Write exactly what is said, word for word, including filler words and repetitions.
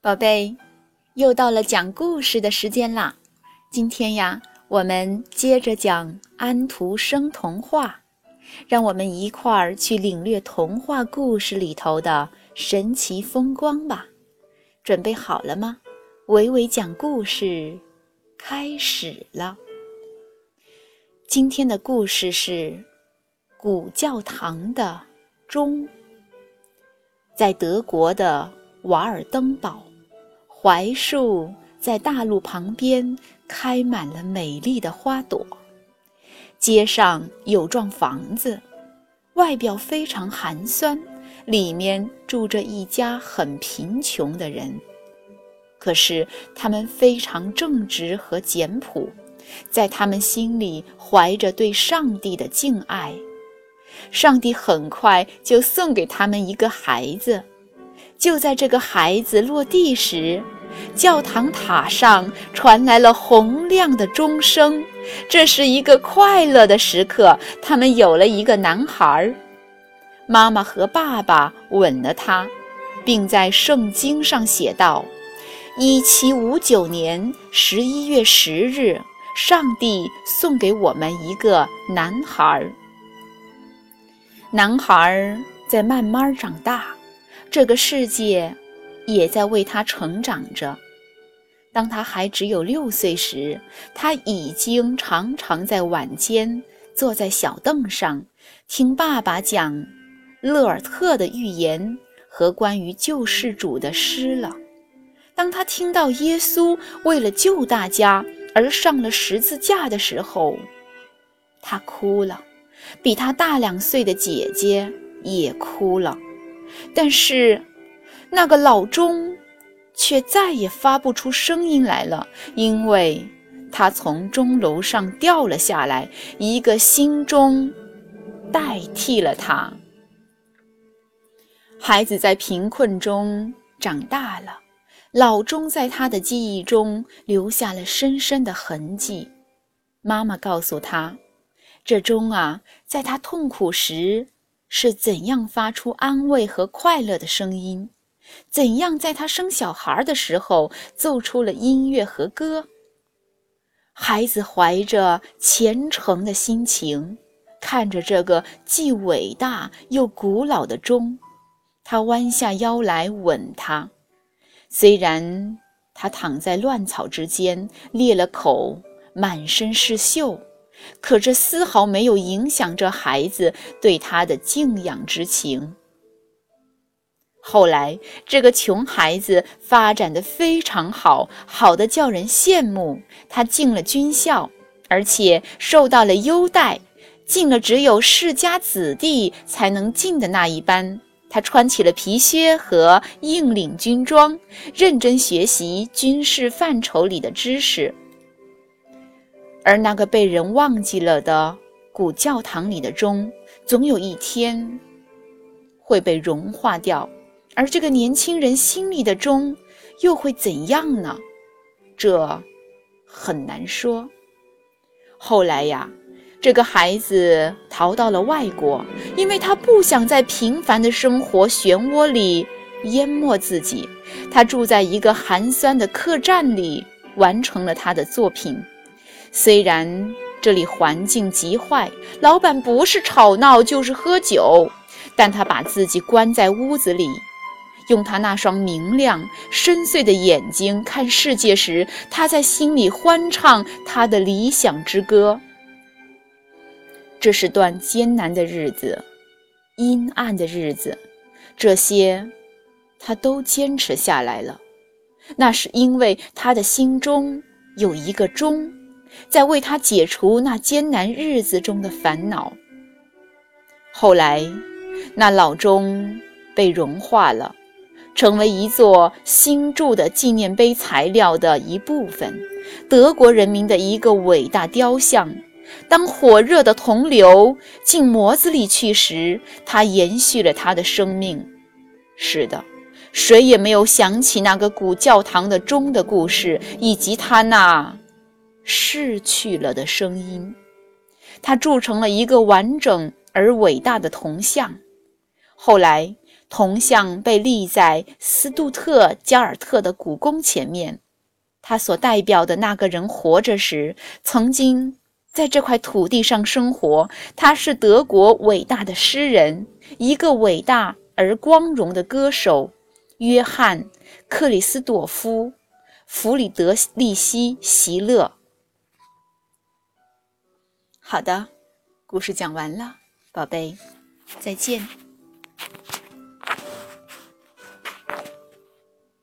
宝贝，又到了讲故事的时间啦。今天呀，我们接着讲安徒生童话，让我们一块儿去领略童话故事里头的神奇风光吧。准备好了吗？维维讲故事开始了。今天的故事是古教堂的钟。在德国的瓦尔登堡，槐树在大路旁边开满了美丽的花朵。街上有幢房子，外表非常寒酸，里面住着一家很贫穷的人。可是他们非常正直和简朴，在他们心里怀着对上帝的敬爱。上帝很快就送给他们一个孩子。就在这个孩子落地时，教堂塔上传来了洪亮的钟声。这是一个快乐的时刻，他们有了一个男孩。妈妈和爸爸吻了他，并在圣经上写道：一七五九年十一月十日，上帝送给我们一个男孩。男孩在慢慢长大，这个世界也在为他成长着。当他还只有六岁时，他已经常常在晚间坐在小凳上，听爸爸讲勒尔特的寓言和关于救世主的诗了。当他听到耶稣为了救大家而上了十字架的时候，他哭了。比他大两岁的姐姐也哭了，但是那个老钟却再也发不出声音来了，因为他从钟楼上掉了下来，一个新钟代替了他。孩子在贫困中长大了，老钟在他的记忆中留下了深深的痕迹。妈妈告诉他，这钟啊，在他痛苦时是怎样发出安慰和快乐的声音，怎样在他生小孩的时候奏出了音乐和歌。孩子怀着虔诚的心情，看着这个既伟大又古老的钟，他弯下腰来吻它。虽然他躺在乱草之间，裂了口，满身是锈，可这丝毫没有影响这孩子对他的敬仰之情。后来这个穷孩子发展得非常好，好得叫人羡慕。他进了军校，而且受到了优待，进了只有世家子弟才能进的那一班。他穿起了皮靴和硬领军装，认真学习军事范畴里的知识。而那个被人忘记了的古教堂里的钟，总有一天会被融化掉，而这个年轻人心里的钟又会怎样呢？这很难说。后来呀，这个孩子逃到了外国，因为他不想在平凡的生活漩涡里淹没自己。他住在一个寒酸的客栈里，完成了他的作品。虽然这里环境极坏，老板不是吵闹就是喝酒，但他把自己关在屋子里，用他那双明亮深邃的眼睛看世界时，他在心里欢唱他的理想之歌。这是段艰难的日子，阴暗的日子，这些他都坚持下来了。那是因为他的心中有一个钟，在为他解除那艰难日子中的烦恼。后来那老钟被融化了，成为一座新铸的纪念碑材料的一部分，德国人民的一个伟大雕像。当火热的铜流进模子里去时，它延续了它的生命。是的，谁也没有想起那个古教堂的钟的故事，以及它那逝去了的声音。它铸成了一个完整而伟大的铜像。后来铜像被立在斯杜特加尔特的故宫前面，他所代表的那个人活着时，曾经在这块土地上生活。他是德国伟大的诗人，一个伟大而光荣的歌手，约翰·克里斯朵夫·弗里德里希·席勒。好的，故事讲完了，宝贝，再见。